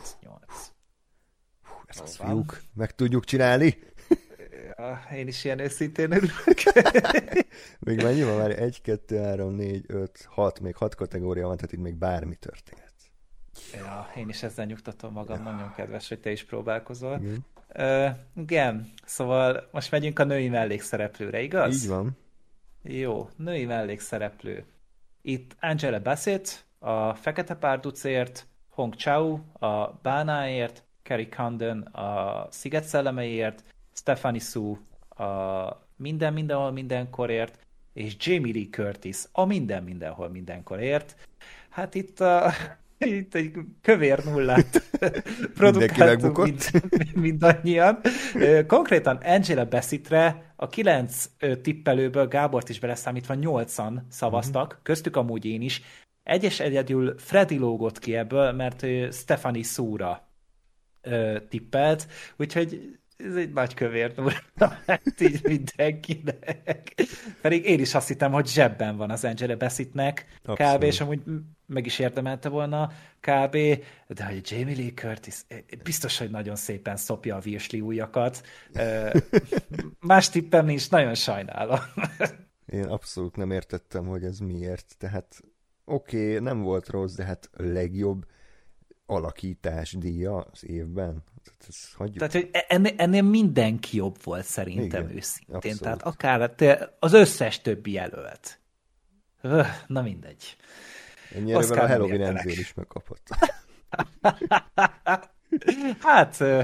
Ez az fiúk, meg tudjuk csinálni? Ja, én is ilyen őszintén örülök. Még mennyi van már? 1, 2, 3, 4, 5, 6, még 6 kategória van, tehát itt még bármi történhet. Ja, én is ezzel nyugtatom magam, nagyon kedves, hogy te is próbálkozol. Igen. Igen, szóval most megyünk a női mellékszereplőre, igaz? Így van. Jó, női mellékszereplő. Itt Angela Bassett a Fekete párducért, Hong Chau a Bánáért, Carrie Condon a Sziget szellemeiért, Stephanie Su a Minden, mindenhol, mindenkorért, és Jamie Lee Curtis a Minden, mindenhol, mindenkorért. Hát itt egy kövér nullát produkáltunk mindannyian. Konkrétan Angela Bassettre a 9 tippelőből, Gábort is beleszámítva 8-an szavaztak, köztük amúgy én is. Egyedül Freddy lógott ki ebből, mert Stephanie Su-ra tippelt, úgyhogy ez egy nagy kövér nulla, hát így mindenkinek. Pedig én is azt hittem, hogy zsebben van az Angela Bassettnek kb. És amúgy meg is érdemelte volna kb. De hogy Jamie Lee Curtis biztos, hogy nagyon szépen szopja a virsli ujjakat. Más tippem nincs, nagyon sajnálom. Én abszolút nem értettem, hogy ez miért. Tehát oké, nem volt rossz, de hát a legjobb alakítás díja az évben. Tehát, hogy ennél mindenki jobb volt szerintem. Igen, őszintén. Abszolút. Tehát akár az összes többi jelölt. Na mindegy. Ennyire a Halloween Enzél is megkapott. Hát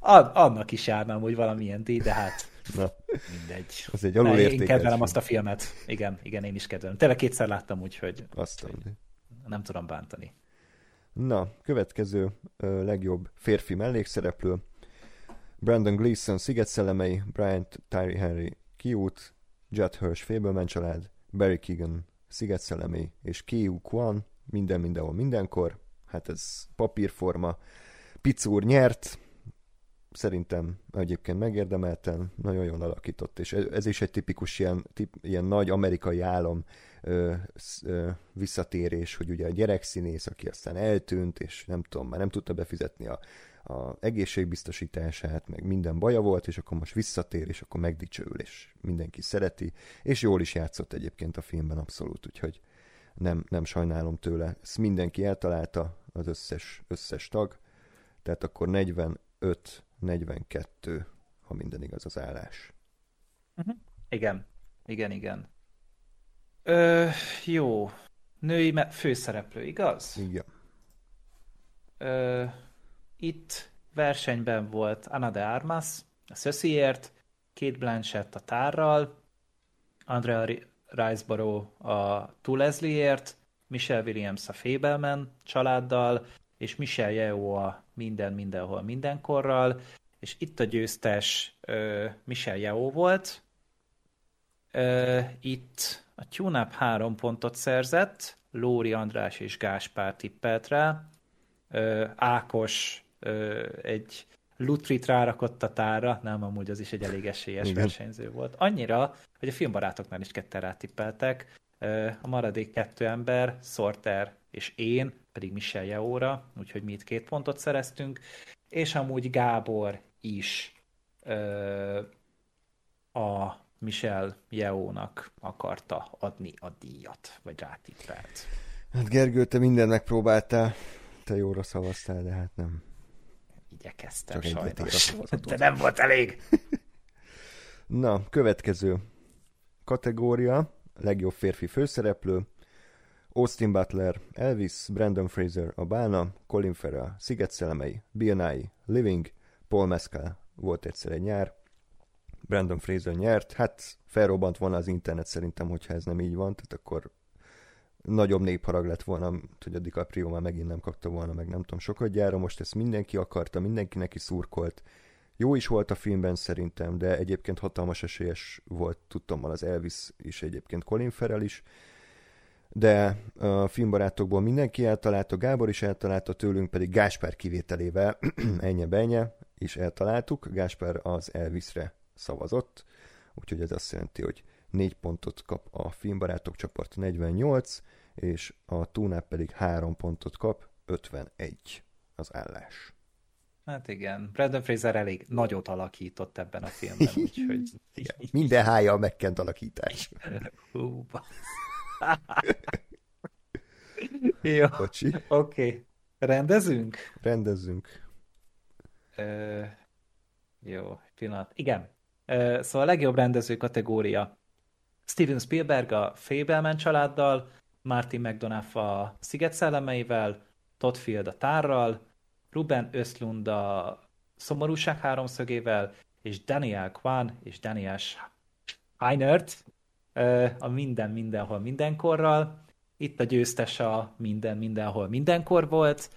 annak is járnám, hogy valamilyen díj, de hát Na, mindegy. az egy alulértékelt Én kedvelem film. azt a filmet. Igen, én is kedvelem. Tényleg kétszer láttam, úgyhogy Aztán. nem tudom bántani. Na, következő legjobb férfi mellékszereplő. Brandon Gleeson, Sziget-szellemei, Brian Tyree Henry, Kiút, Judd Hirsch, Fableman család, Barry Keoghan, Sziget-szellemei, és Ke-Huy Quan, Minden, mindenhol, mindenkor. Hát ez papírforma. Picúr nyert, szerintem egyébként megérdemelten, nagyon jól alakított, és ez is egy tipikus ilyen nagy amerikai álom visszatérés, hogy ugye a gyerekszínész, aki aztán eltűnt, és nem tudom, már nem tudta befizetni a egészségbiztosítását, meg minden baja volt, és akkor most visszatér, és akkor megdicsőül, és mindenki szereti, és jól is játszott egyébként a filmben abszolút, úgyhogy nem sajnálom tőle. Ezt mindenki eltalálta, az összes tag, tehát akkor 45-42, ha minden igaz az állás. Igen. Jó. Női főszereplő, igaz? Igen. Itt versenyben volt Ana de Armas a Szösziért, Kate Blanchett a Tárral, Andrea Riseborough a To Leslie-ért, Michelle Williams a Fableman családdal, és Michelle Yeoh a Minden, mindenhol, mindenkorral, és itt a győztes Michelle Yeoh volt. Itt a TuneUp 3 pontot szerzett, Lóri András és Gáspár tippelt rá, Ákos egy lutrit rárakott a Tárra, nem, amúgy az is egy elég esélyes versenyző volt. Annyira, hogy a filmbarátoknál is ketten rátippeltek, a maradék 2 ember, Sorter és én, pedig Michelle Yeohra, úgyhogy mi itt 2 pontot szereztünk, és amúgy Gábor is a Michelle Yeohnak akarta adni a díjat, vagy rátippelt. Hát Gergő, te mindent megpróbáltál, te jóra szavaztál, de hát nem. Igyekeztem sajnos, de nem volt elég. Na, következő kategória, legjobb férfi főszereplő, Austin Butler, Elvis, Brendan Fraser, a Bálna, Colin Farrell, Sziget-szellemei, Bill Nighy, Living, Paul Mescal, volt egyszer egy nyár, Brendan Fraser nyert, hát felrobbant volna az internet szerintem, hogyha ez nem így van, tehát akkor nagyobb népharag lett volna, hogy a DiCaprio már megint nem kapta volna, meg nem tudom, sokadjára, most ezt mindenki akarta, mindenki neki szurkolt. Jó is volt a filmben szerintem, de egyébként hatalmas esélyes volt, tudtommal az Elvis is, egyébként Colin Farrell is, de a filmbarátokból mindenki eltalálta, Gábor is eltalálta, tőlünk pedig Gáspár kivételével ennye-benye is eltaláltuk, Gáspár az Elvisre szavazott, úgyhogy ez azt jelenti, hogy 4 pontot kap a filmbarátok csoport 48, és a TuneUp pedig 3 pontot kap, 51 az állás. Hát igen, Brendan Fraser elég nagyot alakított ebben a filmben, úgyhogy... Igen. Minden hája a megkent alakítás. Jó, oké. Rendezünk? Rendezzünk. Jó, pillanat. Igen. Szóval a legjobb rendező kategória Steven Spielberg a Fableman családdal, Martin McDonagh a Sziget-szellemeivel, Todd Field a Tárral, Ruben Östlund a Szomorúság háromszögével, és Daniel Kwan és Daniel Scheinert a Minden, mindenhol, mindenkorral. Itt a győztes a Minden, mindenhol, mindenkor volt.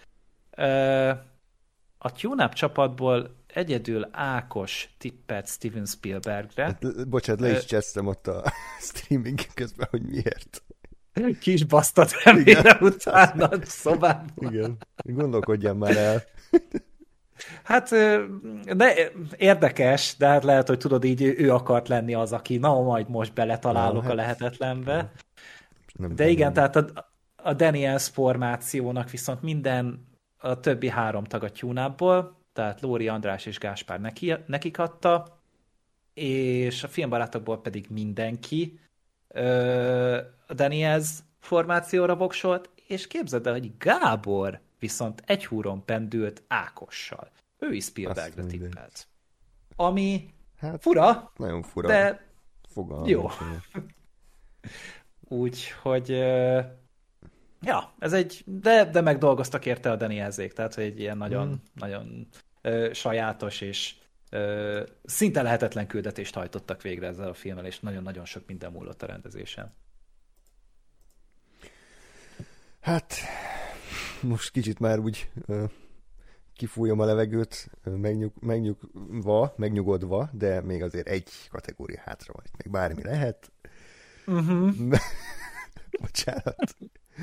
A TuneUp csapatból egyedül Ákos tippelt Steven Spielbergre. Hát, bocsánat, le is csesztem ott a streaming közben, hogy miért. Kis basztat remélem utána a szobában. Igen, gondolkodjam már el. Hát érdekes, de hát lehet, hogy tudod így, ő akart lenni az, aki majd most beletalálok a lehetetlenbe. De igen, tehát a Daniels formációnak viszont a többi 3 tag a TuneUpból, tehát Lóri, András és Gáspár nekik adta, és a filmbarátokból pedig mindenki a Daniels formációra voksolt, és képzeld el, hogy Gábor viszont egy húron pendült Ákossal. Ő is Spielbergre tippelt. Ami fura, nagyon fura, de fogalmam jó. Úgyhogy ja, ez egy, de megdolgoztak érte a Danielzék, tehát hogy egy ilyen nagyon sajátos és szinte lehetetlen küldetést hajtottak végre ezzel a filmmel, és nagyon-nagyon sok minden múlott a rendezésen. Hát, most kicsit már úgy kifújom a levegőt, megnyugodva, de még azért egy kategória hátra van. Itt még bármi lehet. Bocsánat.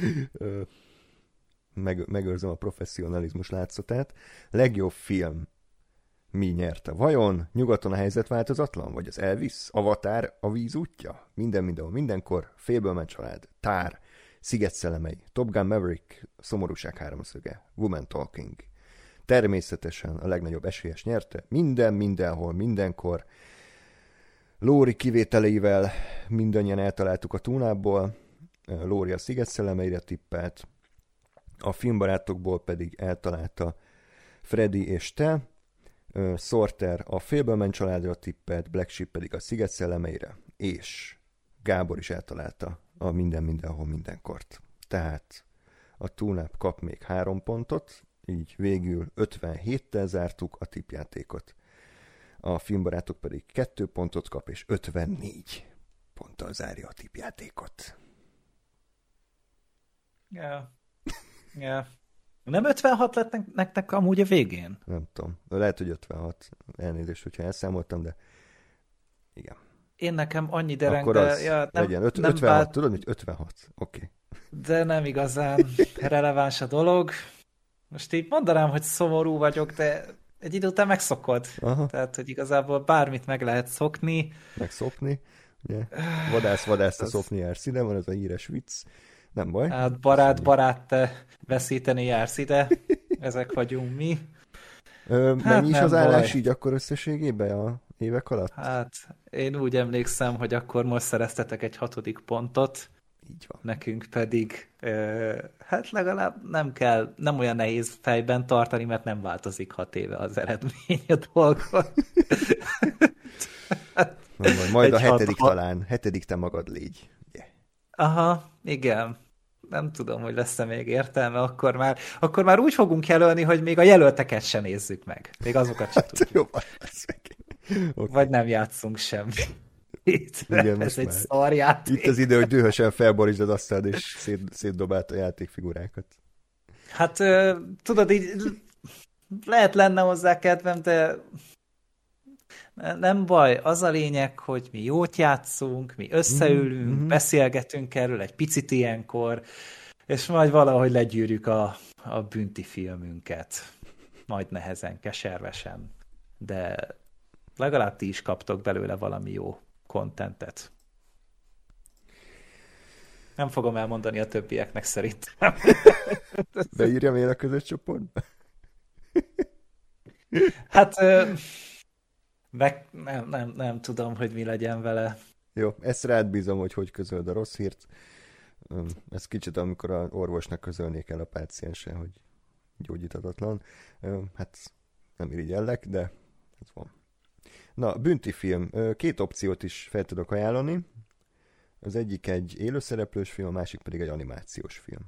Megőrzöm a professzionalizmus látszatát. Legjobb film mi nyerte? Vajon Nyugaton a helyzet változatlan? Vagy az Elvis? Avatar a víz útja? Minden mindenhol mindenkor? Félből család? Tár? Sziget-szellemei? Top Gun Maverick? Szomorúság háromszöge? Woman Talking? Természetesen a legnagyobb esélyes nyerte. Minden, mindenhol, mindenkor. Lóri kivételeivel mindannyian eltaláltuk a túnából. Lóri a Sziget-szellemeire tippelt. A filmbarátokból pedig eltalálta Freddy és te. Sorter a Fableman családra tippelt, Black Sheep pedig a Sziget-szellemeire, és Gábor is eltalálta a Minden mindenhol mindenkort. Tehát a TUNAP kap még 3 pontot, így végül 57-tel zártuk a tippjátékot. A filmbarátok pedig 2 pontot kap, és 54 ponttal zárja a tippjátékot. Yeah. Nem 56 lett nektek amúgy a végén? Nem tudom. Lehet, hogy 56. Elnézést, hogyha elszámoltam, de igen. Én nekem annyi dereng, akkor az legyen. 56, tudod, hogy 56. Oké. De nem igazán releváns a dolog. Most így mondanám, hogy szomorú vagyok, de egy idő után megszokod. Aha. Tehát, hogy igazából bármit meg lehet szokni. Megszokni. Ugye? Vadász a szokni jársz ide, van ez a híres vicc. Nem baj. Hát barát, te veszíteni jársz ide. Ezek vagyunk mi. Mennyi is az állás így akkor összességében a évek alatt? Hát én úgy emlékszem, hogy akkor most szereztetek egy 6. pontot. Így van. Nekünk pedig hát legalább nem olyan nehéz fejben tartani, mert nem változik 6 éve az eredmény a dolgon. Majd a 7. talán. 7. te magad légy. Yeah. Aha, igen. Nem tudom, hogy lesz-e még értelme, akkor már úgy fogunk jelölni, hogy még a jelölteket sem nézzük meg. Még azokat sem tudjuk. Okay. Vagy nem játszunk semmi. Igen, ez egy szarjáték. Itt az idő, hogy dühösen felborítsd az asztalt, és szétdobált a játékfigurákat. Hát tudod, így lehet lenne hozzá kedvem, de nem baj. Az a lényeg, hogy mi jót játszunk, mi összeülünk, beszélgetünk erről egy picit ilyenkor, és majd valahogy legyűrjük a bünti filmünket. Majd nehezen, keservesen. De legalább ti is kaptok belőle valami jó kontentet. Nem fogom elmondani a többieknek szerintem. Beírjam én a közös csoportba? Hát nem tudom, hogy mi legyen vele. Jó, ezt rád bízom, hogy közöld a rossz hírt. Ez kicsit, amikor az orvosnak közölnék el a páciense, hogy gyógyíthatatlan. Hát nem irigyellek, de ez van. Na, bünti film. 2 opciót is fel tudok ajánlani. Az egyik egy élőszereplős film, a másik pedig egy animációs film.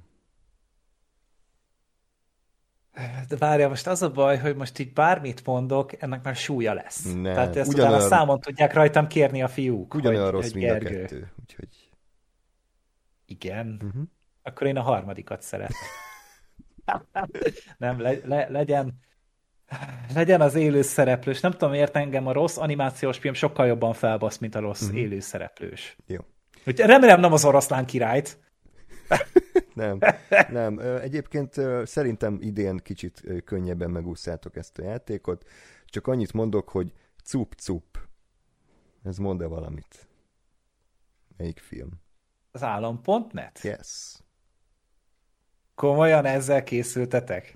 De várjál, most az a baj, hogy most így bármit mondok, ennek már súlya lesz. Nem, tehát ezt utána számon tudják rajtam kérni a fiúk. Ugyanolyan rossz, mint a 2. Úgyhogy... Igen. Akkor én a 3. szeretem. Nem, legyen az élőszereplős. Nem tudom, miért engem a rossz animációs film sokkal jobban felbasz, mint a rossz élőszereplős. Jó. Úgyhogy remélem nem az Oroszlán királyt. Nem. Egyébként szerintem idén kicsit könnyebben megúszszátok ezt a játékot. Csak annyit mondok, hogy cup-cup. Ez mond-e valamit? Melyik film? Az állam.net? Yes. Komolyan ezzel készültetek?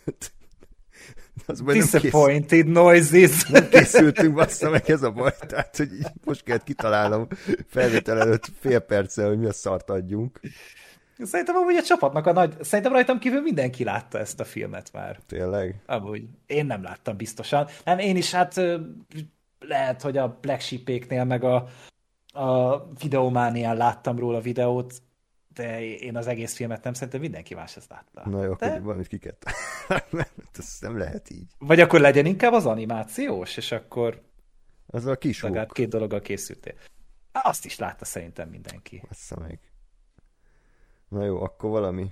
Disappointed noises. Nem készültünk, bassza meg, ez a baj. Tehát, hogy most kellett kitalálnom felvétel előtt fél perccel, hogy mi a szart adjunk. Szerintem amúgy a csapatnak szerintem rajtam kívül mindenki látta ezt a filmet már. Tényleg? Amúgy én nem láttam biztosan. Nem, én is lehet, hogy a Black Sheep-éknél meg a Videománián láttam róla videót, De én az egész filmet nem, szerintem mindenki más ezt látta. Na jó, akkor valamit kiket. Ez nem lehet így. Vagy akkor legyen inkább az animációs, és akkor az a kis legalább 2 dologgal készültél. Azt is látta szerintem mindenki. Bassza meg. Na jó, akkor valami.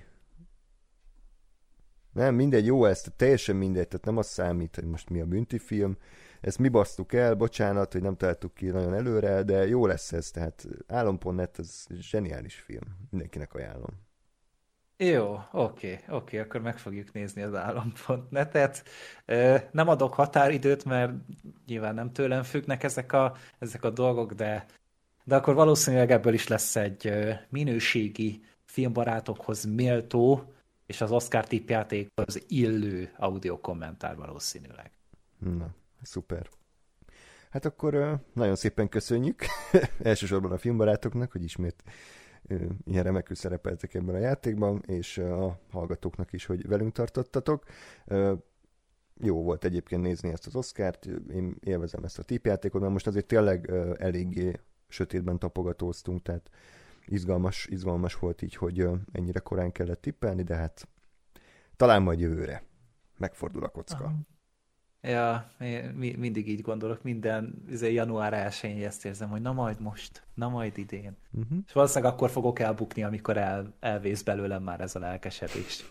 Nem, mindegy, jó, ezt teljesen mindegy, tehát nem az számít, hogy most mi a büntifilm. Ezt mi basztuk el, bocsánat, hogy nem találtuk ki nagyon előre, de jó lesz ez, tehát Álom.net, ez zseniális film. Mindenkinek ajánlom. Jó, oké, akkor meg fogjuk nézni az Álom.net-et. Nem adok határidőt, mert nyilván nem tőlem függnek ezek a dolgok, de akkor valószínűleg ebből is lesz egy minőségi filmbarátokhoz méltó, és az Oscar tippjátékhoz illő audiokommentár valószínűleg. Na, szuper. Hát akkor nagyon szépen köszönjük elsősorban a filmbarátoknak, hogy ismét ilyen remekül szerepeltek ebben a játékban, és a hallgatóknak is, hogy velünk tartottatok. Jó volt egyébként nézni ezt az Oscart, én élvezem ezt a tippjátékot, mert most azért tényleg eléggé sötétben tapogatóztunk, tehát izgalmas volt így, hogy ennyire korán kellett tippelni, de hát talán majd jövőre megfordul a kocka. Aha. Ja, mindig így gondolok, minden január 1-én ezt érzem, hogy na majd most, na majd idén. Uh-huh. És valószínűleg akkor fogok elbukni, amikor elvész belőlem már ez a lelkesedés.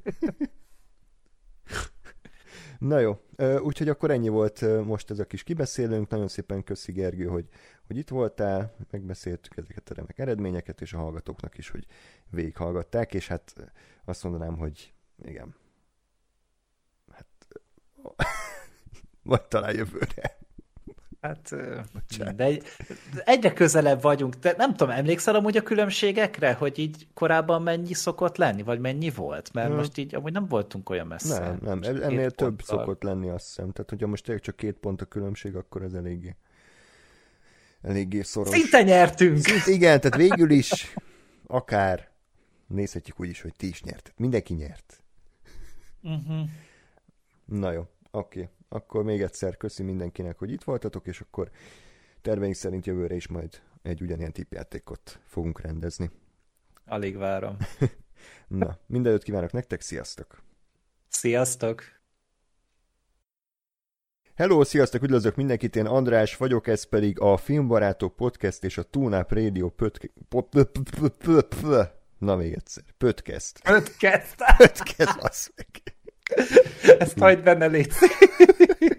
Na jó, úgyhogy akkor ennyi volt most ez a kis kibeszélőnk. Nagyon szépen köszi, Gergő, hogy itt voltál, megbeszéltük ezeket a remek eredményeket, és a hallgatóknak is, hogy végighallgatták, és hát azt mondanám, hogy igen. Hát vagy talán jövőre. Hát mindegy. Egyre közelebb vagyunk, de nem tudom, emlékszel amúgy a különbségekre, hogy így korábban mennyi szokott lenni, vagy mennyi volt? Mert most így amúgy nem voltunk olyan messze. Nem, ennél több szokott lenni, azt hiszem. Tehát, hogyha most tényleg csak 2 pont a különbség, akkor ez eléggé szoros. Szinte nyertünk! Igen, tehát végül is akár nézhetjük úgy is, hogy ti is nyertek. Mindenki nyert. Uh-huh. Na jó, oké. Akkor még egyszer köszi mindenkinek, hogy itt voltatok, és akkor terveink szerint jövőre is majd egy ugyanilyen tippjátékot fogunk rendezni. Alig várom. Na, mindenőt kívánok nektek, sziasztok! Sziasztok! Hello, sziasztok, üdvözlök mindenkit, én András vagyok, ez pedig a Filmbarátok Podcast és a TuneUp Radio Na még egyszer, Podcast, azt meg. Ezt hagyd benne, légy.